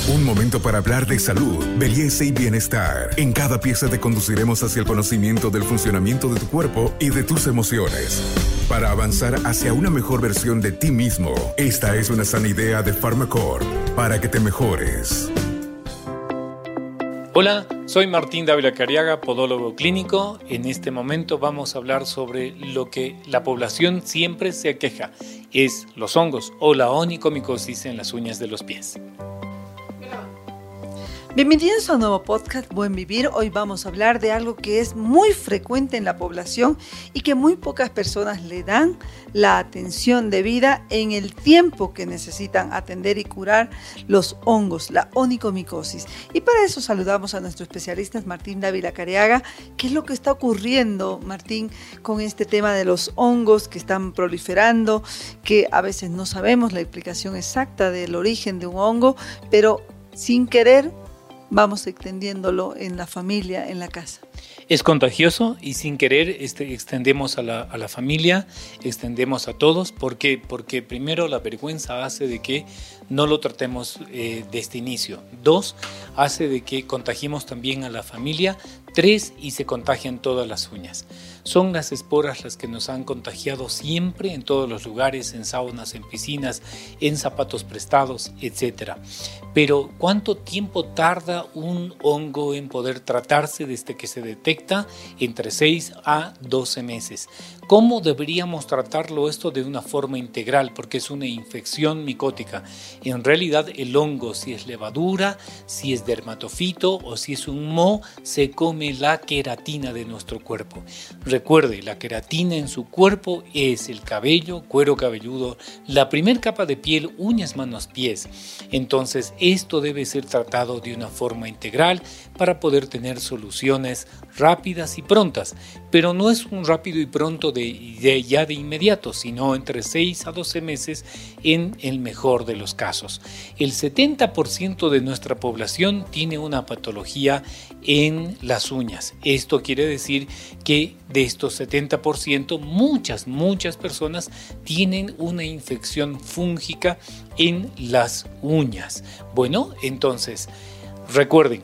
Un momento para hablar de salud, belleza y bienestar. En cada pieza te conduciremos hacia el conocimiento del funcionamiento de tu cuerpo y de tus emociones. Para avanzar hacia una mejor versión de ti mismo, esta es una sana idea de Pharmacorp para que te mejores. Hola, soy Martín Dávila Cariaga, podólogo clínico. En este momento vamos a hablar sobre lo que la población siempre se aqueja, es los hongos o la onicomicosis en las uñas de los pies. Bienvenidos a un nuevo podcast Buen Vivir. Hoy vamos a hablar de algo que es muy frecuente en la población y que muy pocas personas le dan la atención debida en el tiempo que necesitan atender y curar los hongos, la onicomicosis. Y para eso saludamos a nuestro especialista Martín Dávila Cariaga. ¿Qué es lo que está ocurriendo, Martín, con este tema de los hongos que están proliferando, que a veces no sabemos la explicación exacta del origen de un hongo, pero sin querer vamos extendiéndolo en la familia, en la casa? Es contagioso y sin querer extendemos a la familia, extendemos a todos. ¿Por qué? Porque primero la vergüenza hace de que no lo tratemos de este inicio. 2, hace de que contagiemos también a la familia. 3, y se contagian todas las uñas. Son las esporas las que nos han contagiado siempre en todos los lugares, en saunas, en piscinas, en zapatos prestados, etc. Pero ¿cuánto tiempo tarda un hongo en poder tratarse desde que se detecta? Entre 6 a 12 meses. ¿Cómo deberíamos tratarlo esto de una forma integral? Porque es una infección micótica. En realidad el hongo, si es levadura, si es dermatofito o si es un moho, se come la queratina de nuestro cuerpo. Recuerde, la queratina en su cuerpo es el cabello, cuero cabelludo, la primer capa de piel, uñas, manos, pies. Entonces esto debe ser tratado de una forma integral para poder tener soluciones rápidas y prontas, pero no es un rápido y pronto ya de inmediato, sino entre 6 a 12 meses en el mejor de los casos. El 70% de nuestra población tiene una patología en las uñas. Esto quiere decir que de estos 70%, muchas personas tienen una infección fúngica en las uñas. Bueno, entonces, recuerden,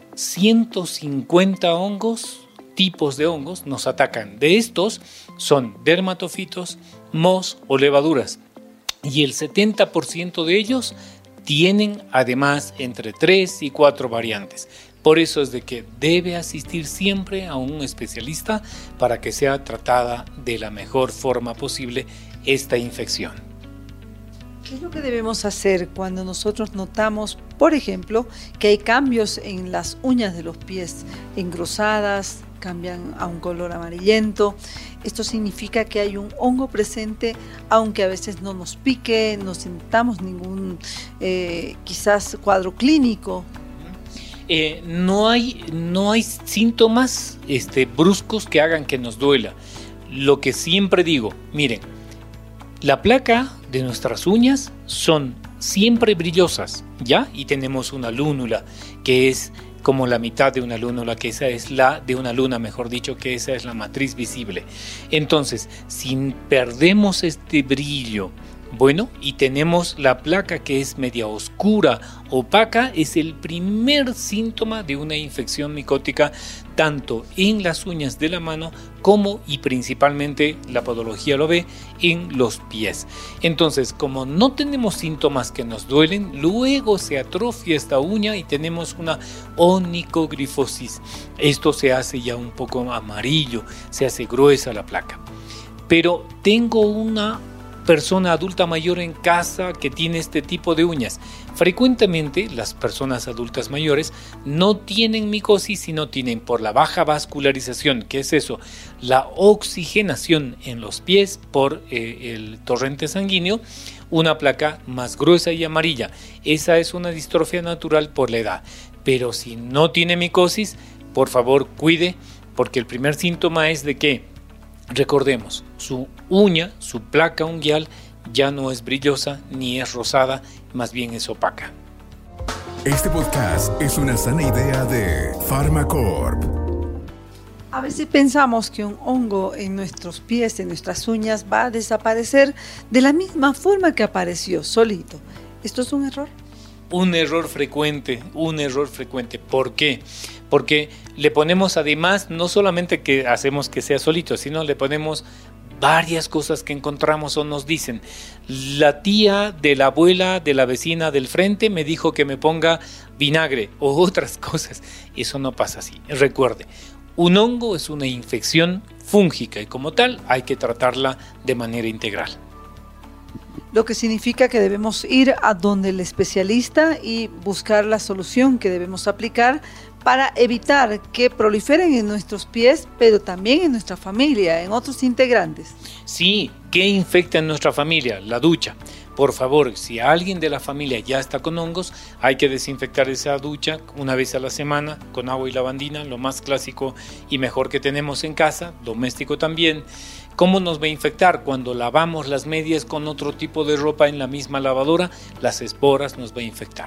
150 tipos de hongos nos atacan. De estos son dermatofitos, mohos o levaduras. Y el 70% de ellos tienen además entre 3 y 4 variantes. Por eso es de que debe asistir siempre a un especialista para que sea tratada de la mejor forma posible esta infección. ¿Qué es lo que debemos hacer cuando nosotros notamos, por ejemplo, que hay cambios en las uñas de los pies, engrosadas, cambian a un color amarillento? Esto significa que hay un hongo presente, aunque a veces no nos pique, no sintamos ningún quizás cuadro clínico. No hay síntomas bruscos que hagan que nos duela. Lo que siempre digo, miren, la placa de nuestras uñas son siempre brillosas, ¿ya? Y tenemos una lúnula que es como la mitad de una lúnula, que esa es la de una luna, mejor dicho, que esa es la matriz visible. Entonces, si perdemos este brillo, bueno, y tenemos la placa que es media oscura, opaca, es el primer síntoma de una infección micótica, tanto en las uñas de la mano como y principalmente, la podología lo ve, en los pies. Entonces, como no tenemos síntomas que nos duelen, luego se atrofia esta uña y tenemos una onicogrifosis. Esto se hace ya un poco amarillo, se hace gruesa la placa. Pero tengo una persona adulta mayor en casa que tiene este tipo de uñas. Frecuentemente las personas adultas mayores no tienen micosis, sino tienen, por la baja vascularización, ¿qué es eso? La oxigenación en los pies por el torrente sanguíneo, una placa más gruesa y amarilla. Esa es una distrofia natural por la edad. Pero si no tiene micosis, por favor cuide, porque el primer síntoma es de que, recordemos, su uña, su placa unguial ya no es brillosa ni es rosada, más bien es opaca. Este podcast es una sana idea de Pharmacorp. A veces pensamos que un hongo en nuestros pies, en nuestras uñas, va a desaparecer de la misma forma que apareció, solito. ¿Esto es un error? un error frecuente. ¿Por qué? Porque le ponemos además, no solamente que hacemos que sea solito, sino le ponemos varias cosas que encontramos o nos dicen. La tía de la abuela de la vecina del frente me dijo que me ponga vinagre o otras cosas. Eso no pasa así. Recuerde, un hongo es una infección fúngica y como tal hay que tratarla de manera integral. Lo que significa que debemos ir a donde el especialista y buscar la solución que debemos aplicar para evitar que proliferen en nuestros pies, pero también en nuestra familia, en otros integrantes. Sí, ¿qué infecta en nuestra familia? La ducha. Por favor, si alguien de la familia ya está con hongos, hay que desinfectar esa ducha una vez a la semana con agua y lavandina, lo más clásico y mejor que tenemos en casa, doméstico también. ¿Cómo nos va a infectar? Cuando lavamos las medias con otro tipo de ropa en la misma lavadora, las esporas nos va a infectar.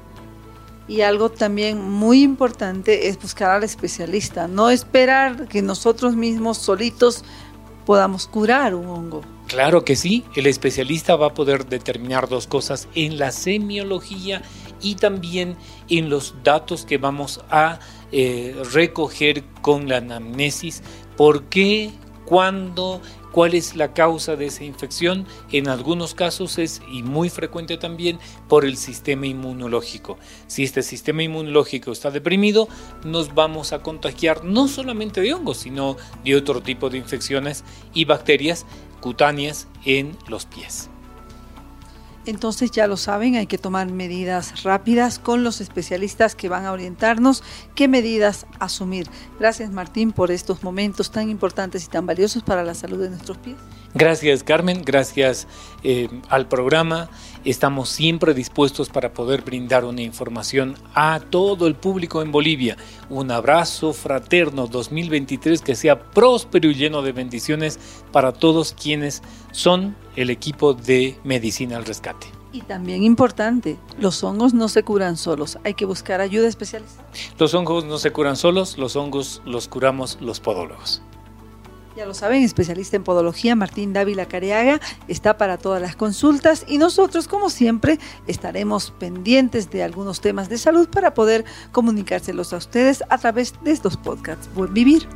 Y algo también muy importante es buscar al especialista, no esperar que nosotros mismos solitos podamos curar un hongo. Claro que sí, el especialista va a poder determinar dos cosas en la semiología y también en los datos que vamos a recoger con la anamnesis. ¿Por qué? ¿Cuándo? ¿Cuál es la causa de esa infección? En algunos casos es, y muy frecuente también, por el sistema inmunológico. Si este sistema inmunológico está deprimido, nos vamos a contagiar no solamente de hongos, sino de otro tipo de infecciones y bacterias cutáneas en los pies. Entonces ya lo saben, hay que tomar medidas rápidas con los especialistas que van a orientarnos qué medidas asumir. Gracias, Martín, por estos momentos tan importantes y tan valiosos para la salud de nuestros pies. Gracias, Carmen, gracias al programa. Estamos siempre dispuestos para poder brindar una información a todo el público en Bolivia. Un abrazo fraterno 2023 que sea próspero y lleno de bendiciones para todos quienes son el equipo de Medicina al Rescate. Y también importante, los hongos no se curan solos, hay que buscar ayuda especializada. Los hongos no se curan solos, los hongos los curamos los podólogos. Ya lo saben, especialista en podología Martín Dávila Careaga está para todas las consultas y nosotros, como siempre, estaremos pendientes de algunos temas de salud para poder comunicárselos a ustedes a través de estos podcasts. Buen vivir.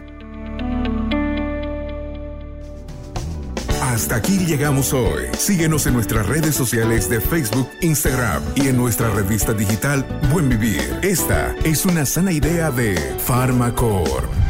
Hasta aquí llegamos hoy. Síguenos en nuestras redes sociales de Facebook, Instagram y en nuestra revista digital Buen Vivir. Esta es una sana idea de Farmacor.